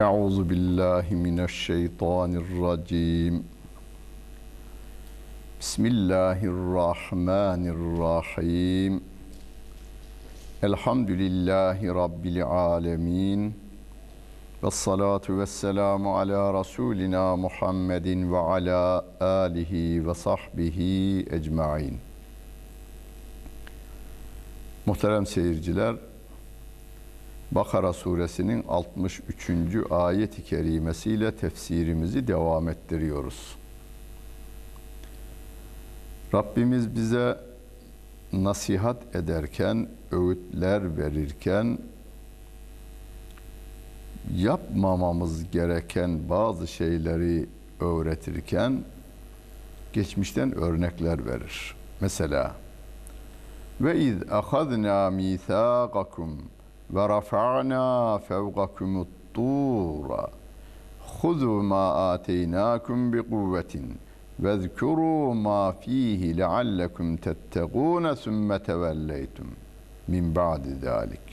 Euzu billahi mineşşeytanirracim. Bismillahirrahmanirrahim. Elhamdülillahi rabbil alamin. Vessalatu vesselamu ala rasulina Muhammedin ve ala alihi ve sahbihi ecmaîn. Muhterem seyirciler, Bakara suresinin 63. ayet-i kerimesiyle tefsirimizi devam ettiriyoruz. Rabbimiz bize nasihat ederken, öğütler verirken, yapmamamız gereken bazı şeyleri öğretirken geçmişten örnekler verir. Mesela ve iz ahadna mithaqakum ve rafa'na fevqakumut tura huzu ma ateynakum bi kuvvetin ve zkuru ma fihi leallekum tettegûne sümme tevelleytum min ba'di zâlik.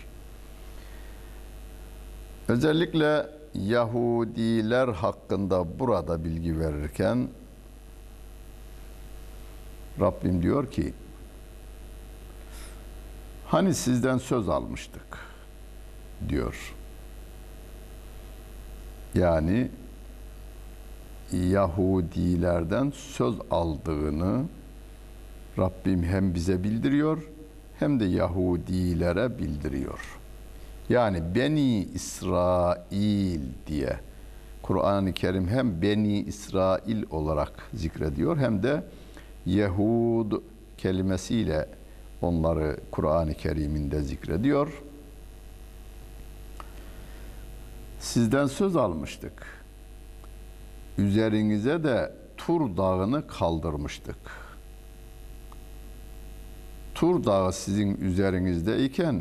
Özellikle Yahudiler hakkında burada bilgi verirken Rabbim diyor ki, hani sizden söz almıştık diyor. Yani Yahudilerden söz aldığını Rabbim hem bize bildiriyor hem de Yahudilere bildiriyor. Yani Beni İsrail diye Kur'an-ı Kerim hem Beni İsrail olarak zikrediyor hem de Yehud kelimesiyle onları Kur'an-ı Kerim'inde zikrediyor. Sizden söz almıştık. Üzerinize de Tur Dağı'nı kaldırmıştık. Tur Dağı sizin üzerinizdeyken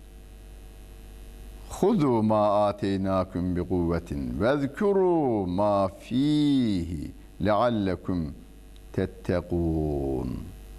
"Huzu ma ateynakum bi kuvvetin ve zkuru ma fihi leallekum tettekûn."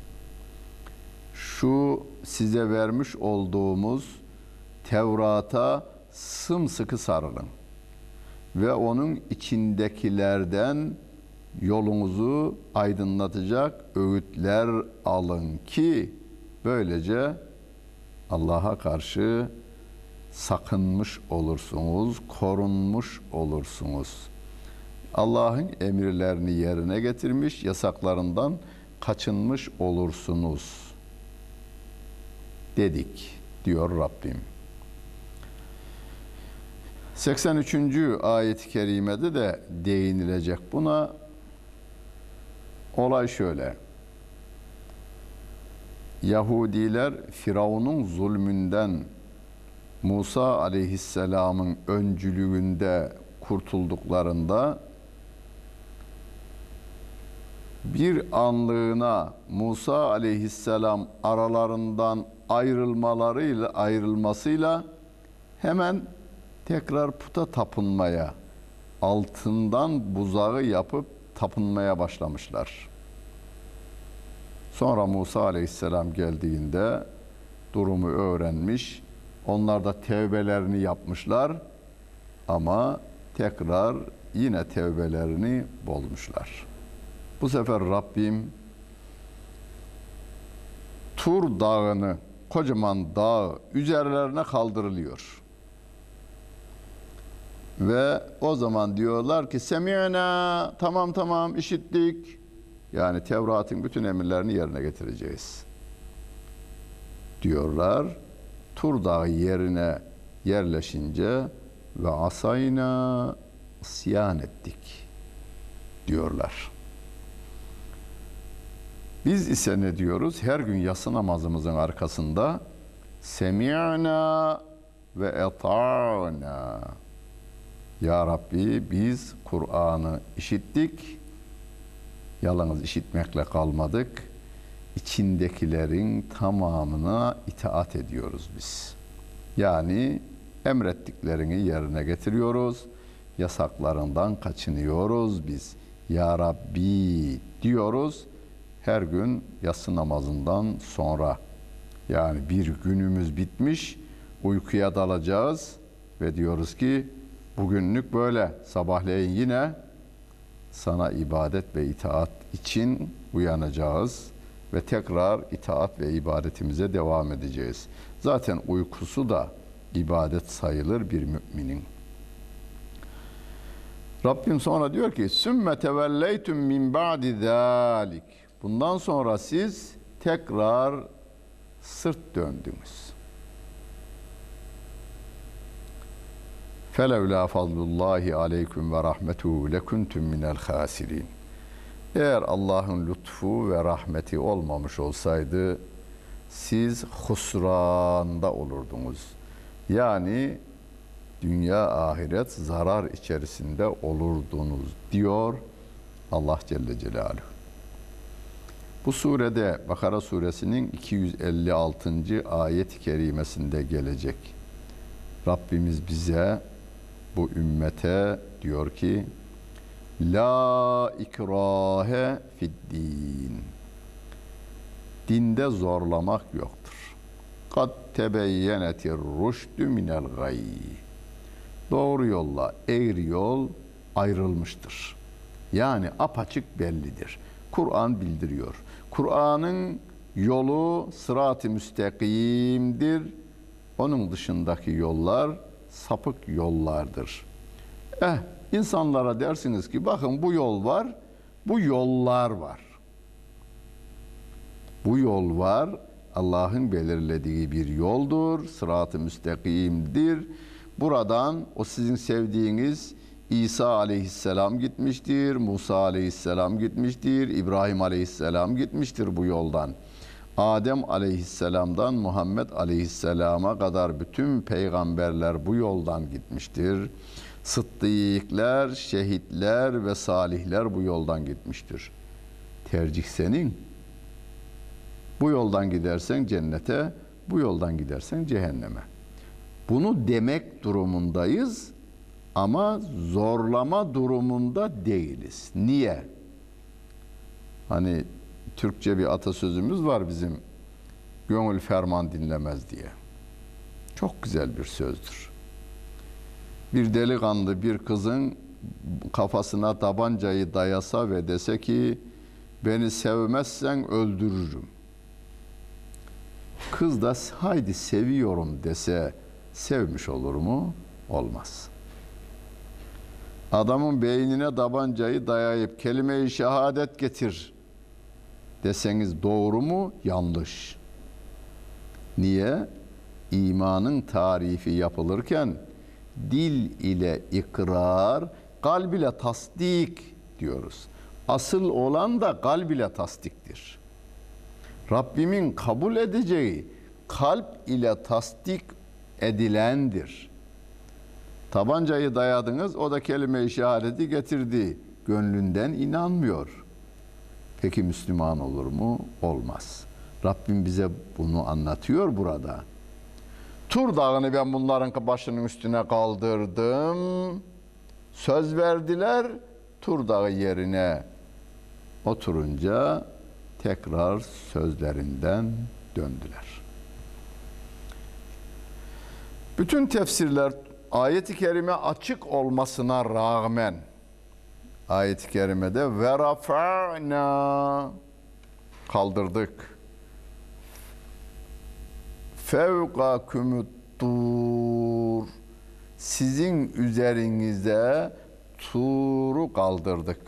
Şu size vermiş olduğumuz Tevrat'a sımsıkı sarılın ve onun içindekilerden yolunuzu aydınlatacak öğütler alın ki böylece Allah'a karşı sakınmış olursunuz, korunmuş olursunuz. Allah'ın emirlerini yerine getirmiş, yasaklarından kaçınmış olursunuz dedik diyor Rabbim. 83. ayet-i kerimede de değinilecek buna. Olay şöyle. Yahudiler Firavun'un zulmünden Musa aleyhisselamın öncülüğünde kurtulduklarında bir anlığına Musa aleyhisselam aralarından ayrılmasıyla hemen tekrar puta tapınmaya, altından buzağı yapıp tapınmaya başlamışlar. Sonra Musa aleyhisselam geldiğinde durumu öğrenmiş, onlar da tevbelerini yapmışlar ama tekrar yine tevbelerini bozmuşlar. Bu sefer Rabbim Tur Dağı'nı, kocaman dağı üzerlerine kaldırılıyor. Ve o zaman diyorlar ki semi'na, tamam işittik. Yani Tevrat'ın bütün emirlerini yerine getireceğiz diyorlar. Tur Dağı yerine yerleşince ve asayna, isyan ettik diyorlar. Biz ise ne diyoruz? Her gün yatsı namazımızın arkasında semi'na ve eta'na. Ya Rabbi, biz Kur'an'ı işittik, yalnız işitmekle kalmadık, içindekilerin tamamına itaat ediyoruz biz. Yani emrettiklerini yerine getiriyoruz, yasaklarından kaçınıyoruz biz. Ya Rabbi diyoruz her gün yatsı namazından sonra. Yani bir günümüz bitmiş, uykuya dalacağız ve diyoruz ki Bugünlük böyle. Sabahleyin yine sana ibadet ve itaat için uyanacağız ve tekrar itaat ve ibadetimize devam edeceğiz. Zaten uykusu da ibadet sayılır bir müminin. Rabbim sonra diyor ki sümme tevelleytum min ba'di zalik. Bundan sonra siz tekrar sırt döndünüz. Felevla fadlullahi aleyküm ve rahmetuhu lekuntum minel hasirin. Eğer Allah'ın lütfu ve rahmeti olmamış olsaydı siz husranda olurdunuz. Yani dünya ahiret zarar içerisinde olurdunuz diyor Allah Celle Celaluhu. Bu surede Bakara suresinin 256. ayet-i kerimesinde gelecek. Rabbimiz bize, bu ümmete diyor ki la ikrahe fid din. Dinde zorlamak yoktur. Kad tebeyyenetir rüşdü minel gayy. Doğru yolla eğri yol ayrılmıştır. Yani apaçık bellidir. Kur'an bildiriyor. Kur'an'ın yolu sırat-ı müstakimdir. Onun dışındaki yollar sapık yollardır. İnsanlara dersiniz ki bakın bu yol var, bu yollar var. Bu yol var, Allah'ın belirlediği bir yoldur, sırat-ı müstakimdir. Buradan o sizin sevdiğiniz İsa aleyhisselam gitmiştir, Musa aleyhisselam gitmiştir, İbrahim aleyhisselam gitmiştir bu yoldan. Adem aleyhisselamdan Muhammed aleyhisselama kadar bütün peygamberler bu yoldan gitmiştir. Sıddıklar, şehitler ve salihler bu yoldan gitmiştir. Tercih senin. Bu yoldan gidersen cennete, bu yoldan gidersen cehenneme. Bunu demek durumundayız ama zorlama durumunda değiliz. Niye? Hani Türkçe bir atasözümüz var bizim, gönül ferman dinlemez diye. Çok güzel bir sözdür. Bir delikanlı bir kızın kafasına tabancayı dayasa ve dese ki beni sevmezsen öldürürüm. Kız da haydi seviyorum dese sevmiş olur mu? Olmaz. Adamın beynine tabancayı dayayıp kelime-i şehadet getir deseniz doğru mu? Yanlış. Niye? İmanın tarifi yapılırken dil ile ikrar, kalb ile tasdik diyoruz. Asıl olan da kalb ile tasdiktir. Rabbimin kabul edeceği kalp ile tasdik edilendir. Tabancayı dayadınız, o da kelime-i şehadeti getirdi. Gönlünden inanmıyor. Peki Müslüman olur mu? Olmaz. Rabbim bize bunu anlatıyor burada. Tur dağını ben bunların başının üstüne kaldırdım. Söz verdiler, Tur dağı yerine oturunca tekrar sözlerinden döndüler. Bütün tefsirler ayet-i kerime açık olmasına rağmen ayet-i kerimede ve rafa'na kaldırdık. Fevkakümüt tur, sizin üzerinize Tur'u kaldırdık.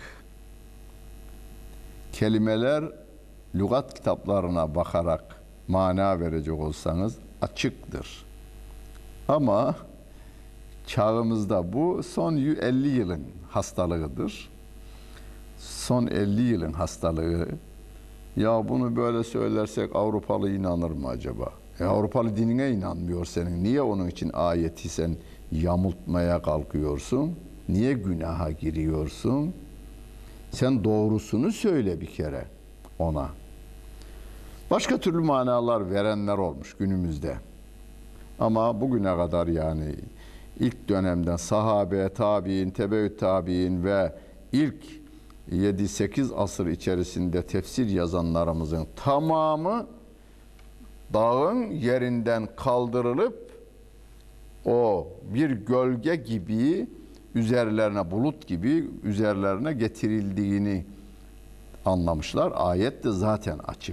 Kelimeler lügat kitaplarına bakarak mana verecek olsanız açıktır. Ama çağımızda bu son 50 yılın hastalığıdır. Son 50 yılın hastalığı. Ya bunu böyle söylersek Avrupalı inanır mı acaba? Avrupalı dinine inanmıyor senin. Niye onun için ayeti sen yamultmaya kalkıyorsun? Niye günaha giriyorsun? Sen doğrusunu söyle bir kere ona. Başka türlü manalar verenler olmuş günümüzde. Ama bugüne kadar yani ilk dönemden sahabe, tabi'in, tebeüt tabi'in ve ilk 7-8 asır içerisinde tefsir yazanlarımızın tamamı dağın yerinden kaldırılıp o bir gölge gibi üzerlerine bulut gibi üzerlerine getirildiğini anlamışlar. Ayet de zaten açık.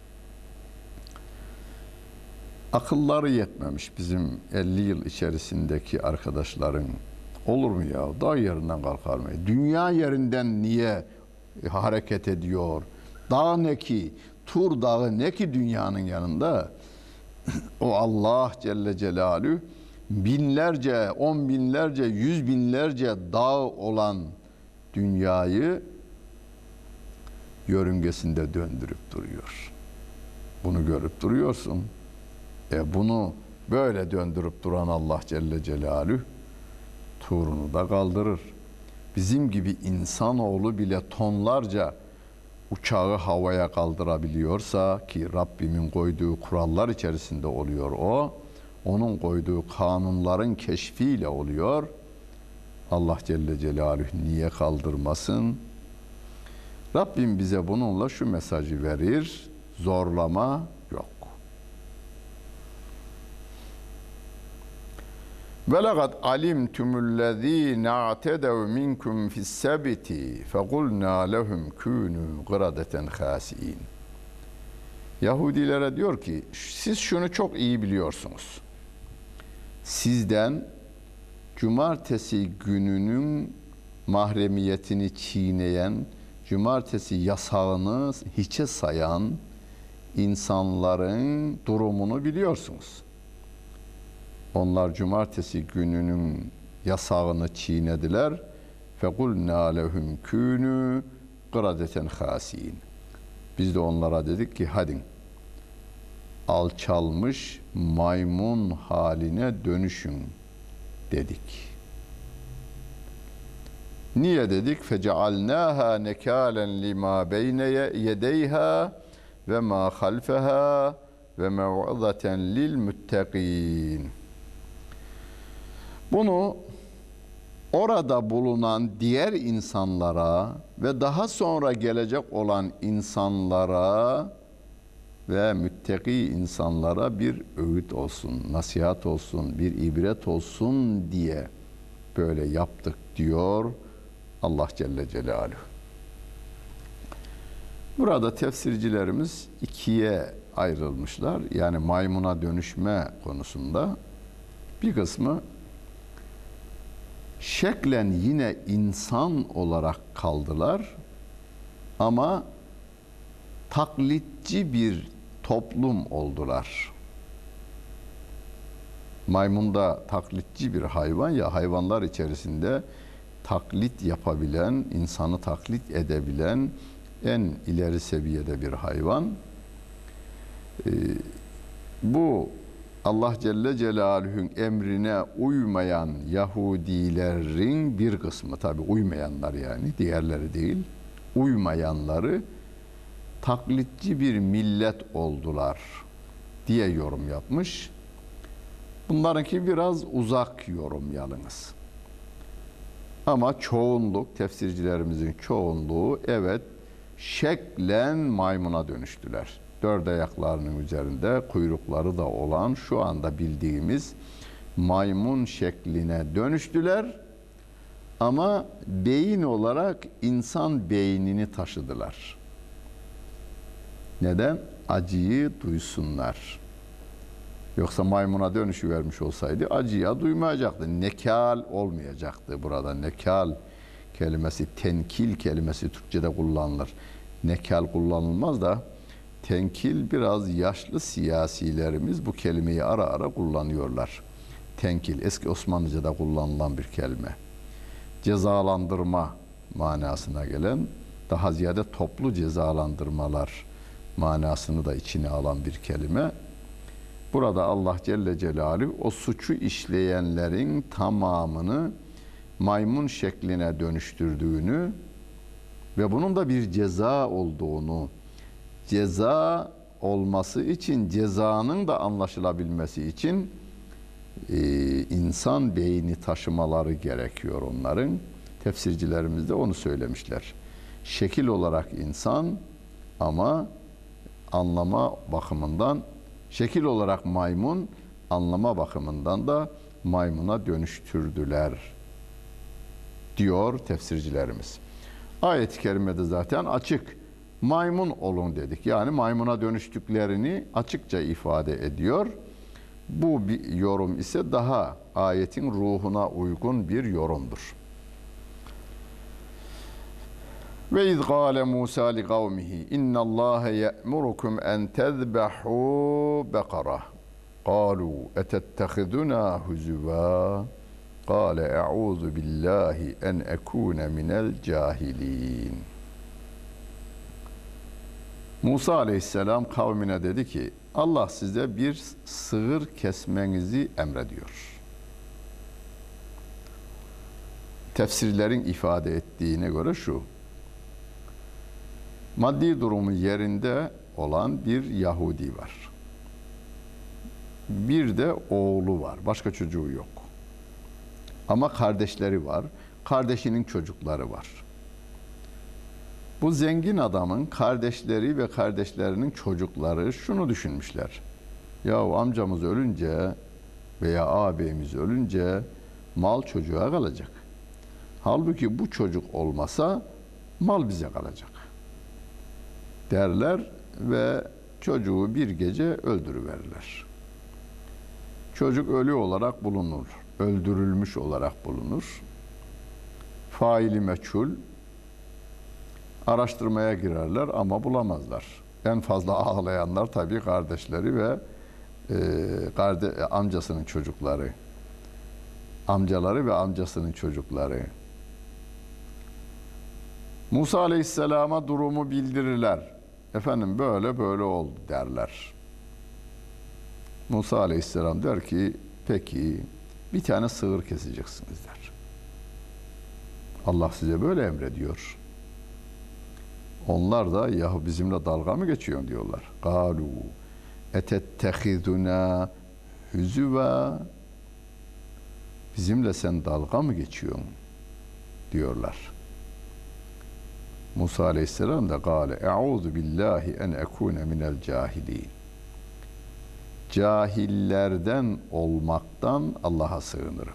Akılları yetmemiş bizim 50 yıl içerisindeki arkadaşların. Olur mu ya? Dağ yerinden kalkar mı? Dünya yerinden niye hareket ediyor? Dağ ne ki? Tur dağı ne ki dünyanın yanında? O Allah Celle Celaluhu binlerce, 10 binlerce, 100 binlerce dağ olan dünyayı yörüngesinde döndürüp duruyor. Bunu görüp duruyorsun. Bunu böyle döndürüp duran Allah Celle Celaluhu Tur'unu da kaldırır. Bizim gibi insanoğlu bile tonlarca uçağı havaya kaldırabiliyorsa, ki Rabbimin koyduğu kurallar içerisinde oluyor o, onun koyduğu kanunların keşfiyle oluyor. Allah Celle Celaluhu niye kaldırmasın? Rabbim bize bununla şu mesajı verir: zorlama yok. وَلَقَدْ عَلِمْتُمُ الَّذ۪ينَ اَعْتَدَوْا مِنْكُمْ فِي السَّبِتِ فَقُلْنَا لَهُمْ كُونُوا قِرَدَةً خَاسِئِينَ. Yahudilere diyor ki, siz şunu çok iyi biliyorsunuz. Sizden cumartesi gününün mahremiyetini çiğneyen, cumartesi yasağını hiçe sayan insanların durumunu biliyorsunuz. Onlar cumartesi gününün yasağını çiğnediler. فَقُلْنَا لَهُمْ كُونُوا قِرَدَةً خَاسِئِينَ. Biz de onlara dedik ki hadi alçalmış maymun haline dönüşün dedik. Niye dedik? فَجَعَلْنَاهَا نَكَالًا لِمَا بَيْنَ يَدَيْهَا وَمَا خَلْفَهَا وَمَوْعِظَةً لِلْمُتَّقِينَ. Bunu orada bulunan diğer insanlara ve daha sonra gelecek olan insanlara ve müttaki insanlara bir öğüt olsun, nasihat olsun, bir ibret olsun diye böyle yaptık diyor Allah Celle Celaluhu. Burada tefsircilerimiz ikiye ayrılmışlar. Yani maymuna dönüşme konusunda bir kısmı şeklen yine insan olarak kaldılar ama taklitçi bir toplum oldular. Maymun da taklitçi bir hayvan ya, hayvanlar içerisinde taklit yapabilen, insanı taklit edebilen en ileri seviyede bir hayvan. Bu Allah Celle Celaluhu'nun emrine uymayan Yahudilerin bir kısmı, tabi uymayanlar yani, diğerleri değil, uymayanları taklitçi bir millet oldular diye yorum yapmış. Bunlarınki biraz uzak yorum yalnız. Ama çoğunluk, tefsircilerimizin çoğunluğu evet şeklen maymuna dönüştüler. Dört ayaklarının üzerinde kuyrukları da olan şu anda bildiğimiz maymun şekline dönüştüler. Ama beyin olarak insan beynini taşıdılar. Neden? Acıyı duysunlar. Yoksa maymuna dönüşüvermiş olsaydı acıya duymayacaktı. Nekal olmayacaktı burada. Nekal kelimesi, tenkil kelimesi Türkçe'de kullanılır. Nekal kullanılmaz da tenkil, biraz yaşlı siyasilerimiz bu kelimeyi ara ara kullanıyorlar. Tenkil, eski Osmanlıca'da kullanılan bir kelime. Cezalandırma manasına gelen, daha ziyade toplu cezalandırmalar manasını da içine alan bir kelime. Burada Allah Celle Celaluhu o suçu işleyenlerin tamamını maymun şekline dönüştürdüğünü ve bunun da bir ceza olduğunu, ceza olması için, cezanın da anlaşılabilmesi için insan beyni taşımaları gerekiyor onların. Tefsircilerimiz de onu söylemişler. Şekil olarak insan ama anlama bakımından, şekil olarak maymun, anlama bakımından da maymuna dönüştürdüler diyor tefsircilerimiz. Ayet-i kerimede zaten açık. Maymun olun dedik. Yani maymuna dönüştüklerini açıkça ifade ediyor. Bu bir yorum ise daha ayetin ruhuna uygun bir yorumdur. Ve iz gâle Musa li kavmihi innallâhe ye'murukum en tezbehû bekara. Kâlû etettehidunâ huzuvâ. Kâle e'ûzu billâhi en ekûne minel cahilîn. Musa aleyhisselam kavmine dedi ki, Allah size bir sığır kesmenizi emrediyor. Tefsirlerin ifade ettiğine göre şu, maddi durumu yerinde olan bir Yahudi var. Bir de oğlu var, başka çocuğu yok. Ama kardeşleri var, kardeşinin çocukları var. Bu zengin adamın kardeşleri ve kardeşlerinin çocukları şunu düşünmüşler. Ya amcamız ölünce veya ağabeyimiz ölünce mal çocuğa kalacak. Halbuki bu çocuk olmasa mal bize kalacak derler ve çocuğu bir gece öldürüverirler. Çocuk ölü olarak bulunur, öldürülmüş olarak bulunur. Faili meçhul. Araştırmaya girerler ama bulamazlar. En fazla ağlayanlar tabii kardeşleri ve amcasının çocukları. Amcaları ve amcasının çocukları. Musa Aleyhisselam'a durumu bildirirler. Efendim böyle böyle oldu derler. Musa Aleyhisselam der ki peki bir tane sığır keseceksiniz der. Allah size böyle emrediyor. Onlar da yahu bizimle dalga mı geçiyorsun diyorlar. Galu etettehiduna huzuva, bizimle sen dalga mı geçiyorsun diyorlar. Musa Aleyhisselam da gâle e'ûzu billahi en ekûne minel cahilîn. Cahillerden olmaktan Allah'a sığınırım.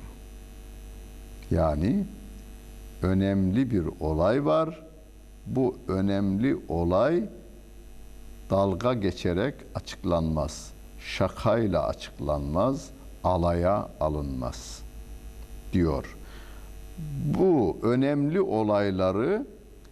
Yani önemli bir olay var. Bu önemli olay dalga geçerek açıklanmaz. Şakayla açıklanmaz, alaya alınmaz diyor. Bu önemli olayları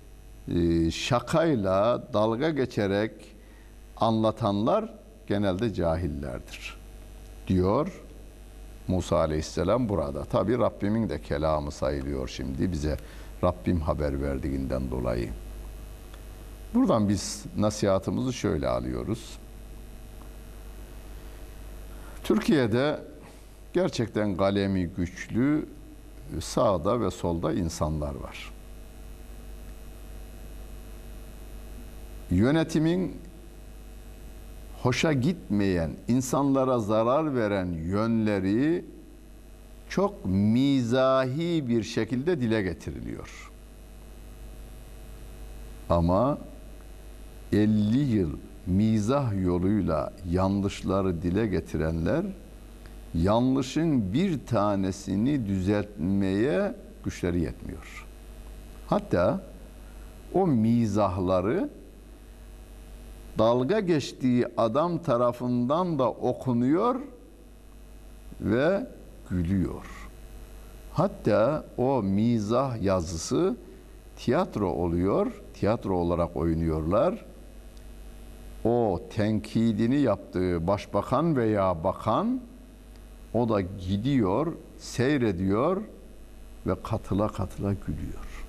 şakayla, dalga geçerek anlatanlar genelde cahillerdir diyor Musa Aleyhisselam burada. Tabi Rabbimin de kelamı sayılıyor şimdi bize. Rabbim haber verdiğinden dolayı. Buradan biz nasihatımızı şöyle alıyoruz. Türkiye'de gerçekten kalemi güçlü sağda ve solda insanlar var. Yönetimin hoşa gitmeyen, insanlara zarar veren yönleri çok mizahi bir şekilde dile getiriliyor. Ama 50 yıl mizah yoluyla yanlışları dile getirenler yanlışın bir tanesini düzeltmeye güçleri yetmiyor. Hatta o mizahları dalga geçtiği adam tarafından da okunuyor ve gülüyor. Hatta o mizah yazısı tiyatro oluyor, tiyatro olarak oynuyorlar. O tenkidini yaptığı başbakan veya bakan o da gidiyor, seyrediyor ve katıla katıla gülüyor.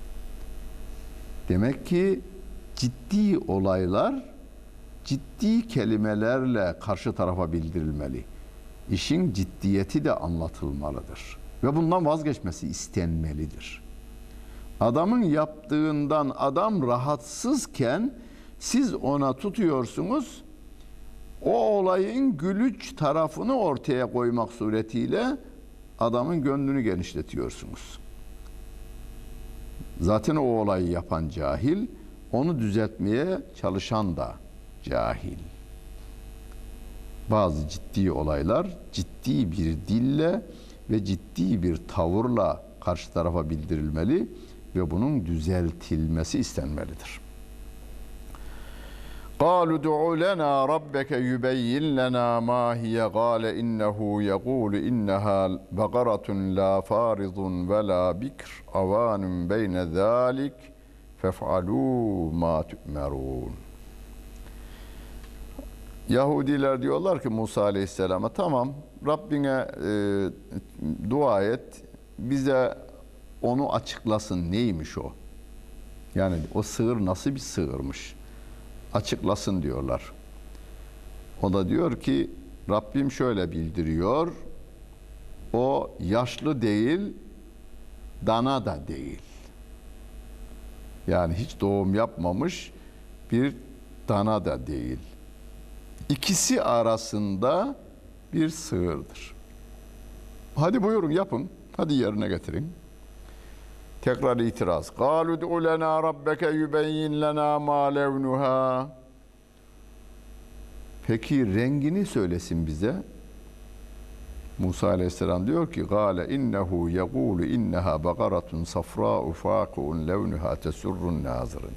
Demek ki ciddi olaylar ciddi kelimelerle karşı tarafa bildirilmeli. İşin ciddiyeti de anlatılmalıdır. Ve bundan vazgeçmesi istenmelidir. Adamın yaptığından adam rahatsızken siz ona tutuyorsunuz, o olayın gülüç tarafını ortaya koymak suretiyle adamın gönlünü genişletiyorsunuz. Zaten o olayı yapan cahil, onu düzeltmeye çalışan da cahil. Bazı ciddi olaylar ciddi bir dille ve ciddi bir tavırla karşı tarafa bildirilmeli ve bunun düzeltilmesi istenmelidir. قَالُوا دُعُ لَنَا رَبَّكَ يُبَيِّنْ لَنَا مَا هِيَ قَالَ إِنَّهُ يَقُولُ إِنَّهَا بَقَرَةٌ لَا فَارِضٌ وَلَا بِكْرٌ عَوَانٌ بَيْنَ ذَٰلِكَ فَافْعَلُوا مَا تُؤْمَرُونَ. Yahudiler diyorlar ki Musa Aleyhisselam'a, tamam Rabbine dua et, bize onu açıklasın, neymiş o? Yani o sığır nasıl bir sığırmış? Açıklasın diyorlar. O da diyor ki Rabbim şöyle bildiriyor, o yaşlı değil, dana da değil. Yani hiç doğum yapmamış bir dana da değil. İkisi arasında bir sığırdır. Hadi buyurun yapın, hadi yerine getirin. Tekrar itiraz. قَالُوا دُعُ لَنَا رَبَّكَ يُبَيِّنْ لَنَا مَا لَوْنُهَا. Peki rengini söylesin bize. Musa Aleyhisselam diyor ki قَالَ إِنَّهُ يَقُولُ إِنَّهَا بَقَرَةٌ صَفْرَاءُ فَاقِعٌ لَوْنُهَا تَسُرُّ النَّاظِرِينَ.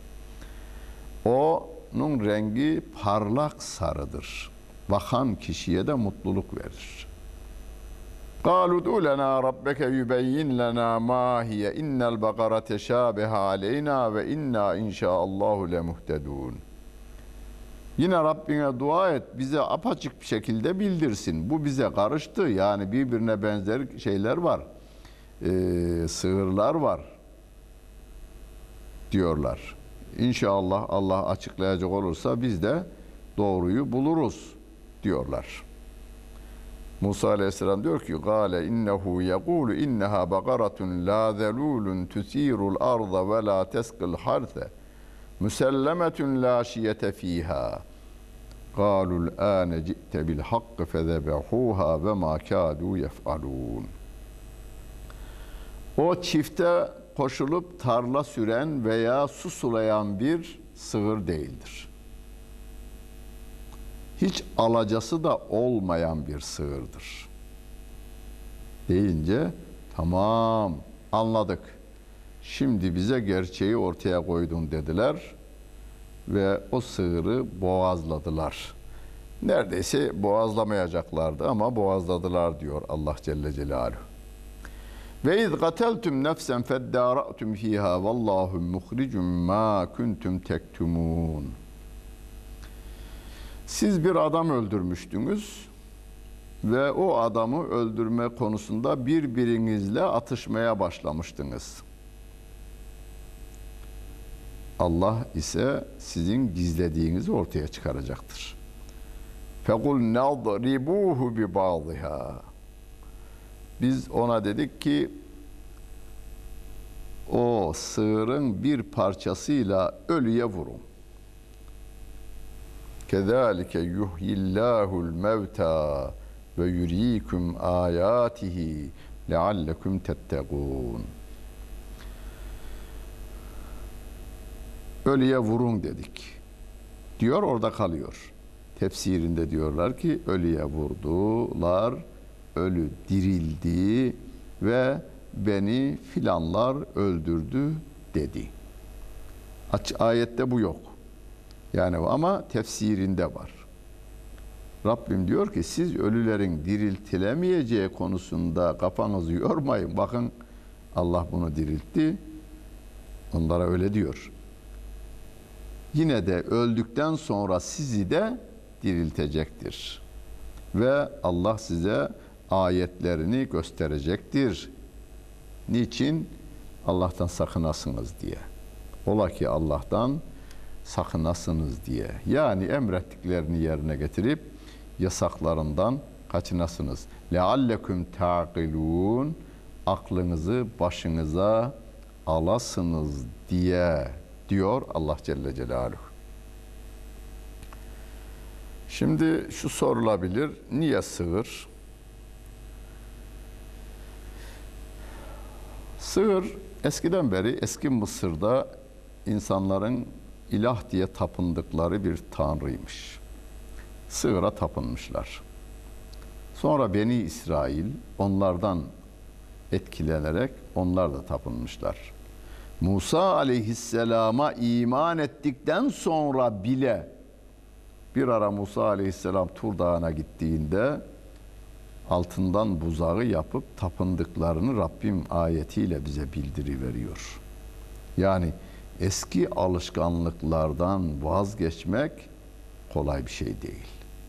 Onun rengi parlak sarıdır. Bakan kişiye de mutluluk verir. قَالُوا دُعُ لَنَا رَبَّكَ يُبَيِّنْ لَنَا مَا هِيَ اِنَّ الْبَقَرَ تَشَابَهَ عَلَيْنَا وَاِنَّا اِنْ شَاءَ اللّٰهُ لَمُهْتَدُونَ. Yine Rabbine dua et, bize apaçık bir şekilde bildirsin. Bu bize karıştı, yani birbirine benzer şeyler var, sığırlar var diyorlar. İnşallah Allah açıklayacak olursa biz de doğruyu buluruz diyorlar. Musa Aleyhisselam diyor ki قَالَ اِنَّهُ يَقُولُ اِنَّهَا بَقَرَةٌ لَا ذَلُولٌ تُثِيرُ الْأَرْضَ وَلَا تَسْقِ الْحَرْثَ مُسَلَّمَةٌ لَا شِيَةَ ف۪يهَا قَالُوا الْآنَ جِئْتَ بِالْحَقِّ فَذَبَحُوهَا وَمَا كَادُوا يَفْعَلُونَ. O çifte koşulup tarla süren veya su sulayan bir sığır değildir. Hiç alacası da olmayan bir sığırdır. Deyince tamam anladık. Şimdi bize gerçeği ortaya koydun dediler ve o sığırı boğazladılar. Neredeyse boğazlamayacaklardı ama boğazladılar diyor Allah Celle Celaluhu. Ve iz gateltum nefsen feddâra'tum fîhâ vallâhu muhricun mâ kuntum tektumûn. Siz bir adam öldürmüştünüz ve o adamı öldürme konusunda birbirinizle atışmaya başlamıştınız. Allah ise sizin gizlediğinizi ortaya çıkaracaktır. فَقُلْ نَضْرِبُوهُ بِبَعْضِهَا. Biz ona dedik ki o sığırın bir parçasıyla ölüye vurun. Kezalike yuhyillahul mevta ve yuriikum ayatihi leallekum tettegûn. Ölüye vurun dedik. Diyor, orada kalıyor. Tefsirinde diyorlar ki ölüye vurdular, ölü dirildi ve beni filanlar öldürdü dedi. Ayette bu yok. Yani ama tefsirinde var. Rabbim diyor ki siz ölülerin diriltilemeyeceği konusunda kafanızı yormayın. Bakın Allah bunu diriltti. Onlara öyle diyor. Yine de öldükten sonra sizi de diriltecektir. Ve Allah size ayetlerini gösterecektir. Niçin? Allah'tan sakınasınız diye. Ola ki Allah'tan sakınasınız diye. Yani emrettiklerini yerine getirip yasaklarından kaçınasınız. لَعَلَّكُمْ تَعْقِلُونَ. Aklınızı başınıza alasınız diye diyor Allah Celle Celaluhu. Şimdi şu sorulabilir. Niye sığır? Sığır eskiden beri eski Mısır'da insanların ilah diye tapındıkları bir tanrıymış. Sığıra tapınmışlar. Sonra Beni İsrail onlardan etkilenerek onlar da tapınmışlar. Musa aleyhisselama iman ettikten sonra bile bir ara Musa aleyhisselam Tur Dağı'na gittiğinde altından buzağı yapıp tapındıklarını Rabbim ayetiyle bize bildiriveriyor. Yani eski alışkanlıklardan vazgeçmek kolay bir şey değil.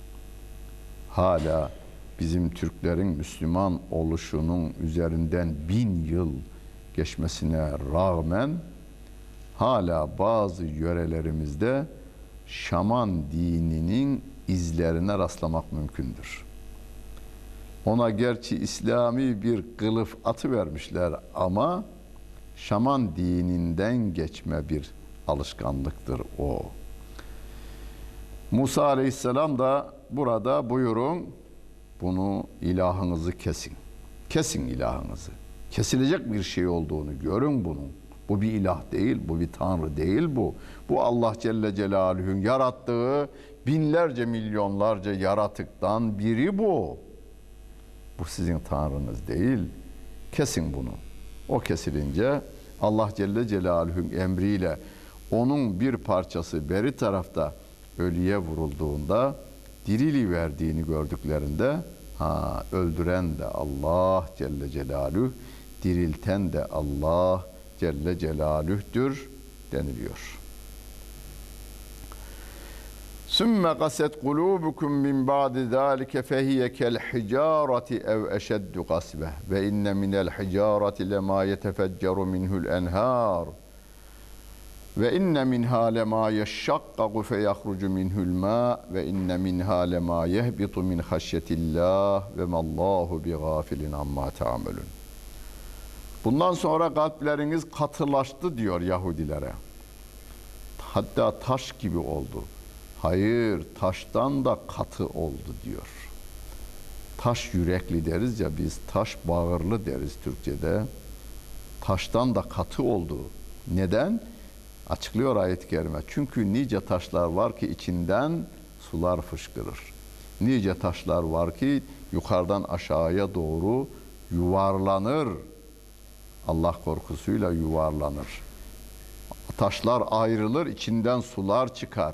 Hala bizim Türklerin Müslüman oluşunun üzerinden 1000 yıl geçmesine rağmen hala bazı yörelerimizde şaman dininin izlerine rastlamak mümkündür. Ona gerçi İslami bir kılıf atıvermişler ama şaman dininden geçme bir alışkanlıktır o. Musa aleyhisselam da burada buyurun bunu ilahınızı kesin. Kesin ilahınızı. Kesilecek bir şey olduğunu görün bunun. Bu bir ilah değil, bu bir tanrı değil bu. Bu Allah Celle Celaluhu'nun yarattığı binlerce milyonlarca yaratıktan biri bu. Bu sizin tanrınız değil. Kesin bunu. O kesilince Allah Celle Celaluhu'nun emriyle onun bir parçası beri tarafta ölüye vurulduğunda dirili verdiğini gördüklerinde öldüren de Allah Celle Celaluhu, dirilten de Allah Celle Celaluh'tür deniliyor. Sümme qaset kulubukum min ba'di zalike fehiye kel hicareti ev eşeddu qasbe ve inne minel hicareti lema yetefecceru minhul enhar ve inne minha lema yeşşakkaku feyahrucu minhul ma ve inne minha lema yehbitu min haşyetillah ve mallahu bi gafilin amma ta'melun. Bundan sonra kalpleriniz katılaştı diyor Yahudilere. Hatta taş gibi oldu. Hayır, taştan da katı oldu diyor. Taş yürekli deriz ya biz, taş bağırlı deriz Türkçe'de. Taştan da katı oldu. Neden? Açıklıyor ayet-i kerime. Çünkü nice taşlar var ki içinden sular fışkırır. Nice taşlar var ki yukarıdan aşağıya doğru yuvarlanır. Allah korkusuyla yuvarlanır. Taşlar ayrılır, içinden sular çıkar.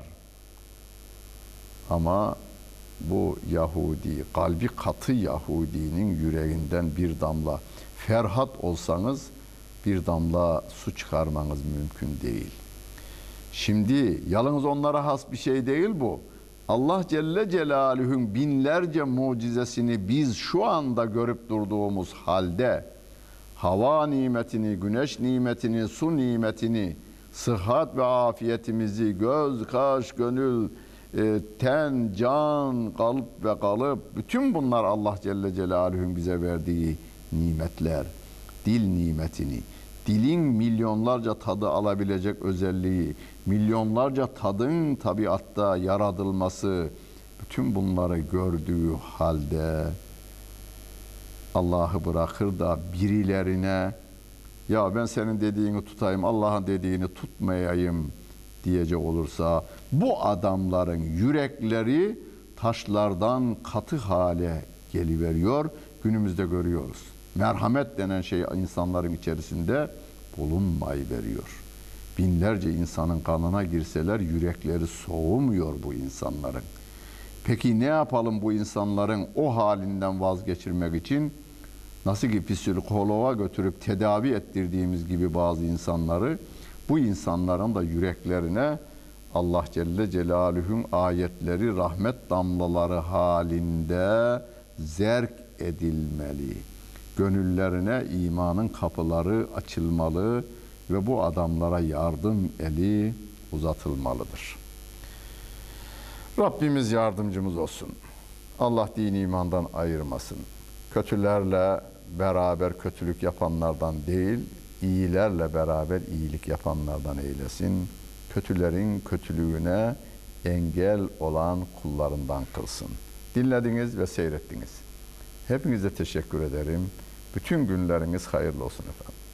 Ama bu Yahudi, kalbi katı Yahudinin yüreğinden bir damla ferhat olsanız bir damla su çıkarmanız mümkün değil. Şimdi yalnız onlara has bir şey değil bu. Allah Celle Celaluhu'nun binlerce mucizesini biz şu anda görüp durduğumuz halde hava nimetini, güneş nimetini, su nimetini, sıhhat ve afiyetimizi, göz, kaş, gönül, ten, can, kalp ve kalıp bütün bunlar Allah Celle Celaluhu'nun bize verdiği nimetler. Dil nimetini, dilin milyonlarca tadı alabilecek özelliği, milyonlarca tadın tabiatta yaratılması, bütün bunları gördüğü halde Allah'ı bırakır da birilerine ya ben senin dediğini tutayım, Allah'ın dediğini tutmayayım diyecek olursa bu adamların yürekleri taşlardan katı hale geliveriyor. Günümüzde görüyoruz. Merhamet denen şey insanların içerisinde bulunmayıveriyor. Binlerce insanın kanına girseler yürekleri soğumuyor bu insanların. Peki ne yapalım bu insanların o halinden vazgeçirmek için? Nasıl ki psikoloğa götürüp tedavi ettirdiğimiz gibi bazı insanları, bu insanların da yüreklerine Allah Celle Celaluhu'nun ayetleri, rahmet damlaları halinde zerk edilmeli. Gönüllerine imanın kapıları açılmalı ve bu adamlara yardım eli uzatılmalıdır. Rabbimiz yardımcımız olsun. Allah dini imandan ayırmasın. Kötülerle beraber kötülük yapanlardan değil, iyilerle beraber iyilik yapanlardan eylesin. Kötülerin kötülüğüne engel olan kullarından kılsın. Dinlediniz ve seyrettiniz. Hepinize teşekkür ederim. Bütün günleriniz hayırlı olsun efendim.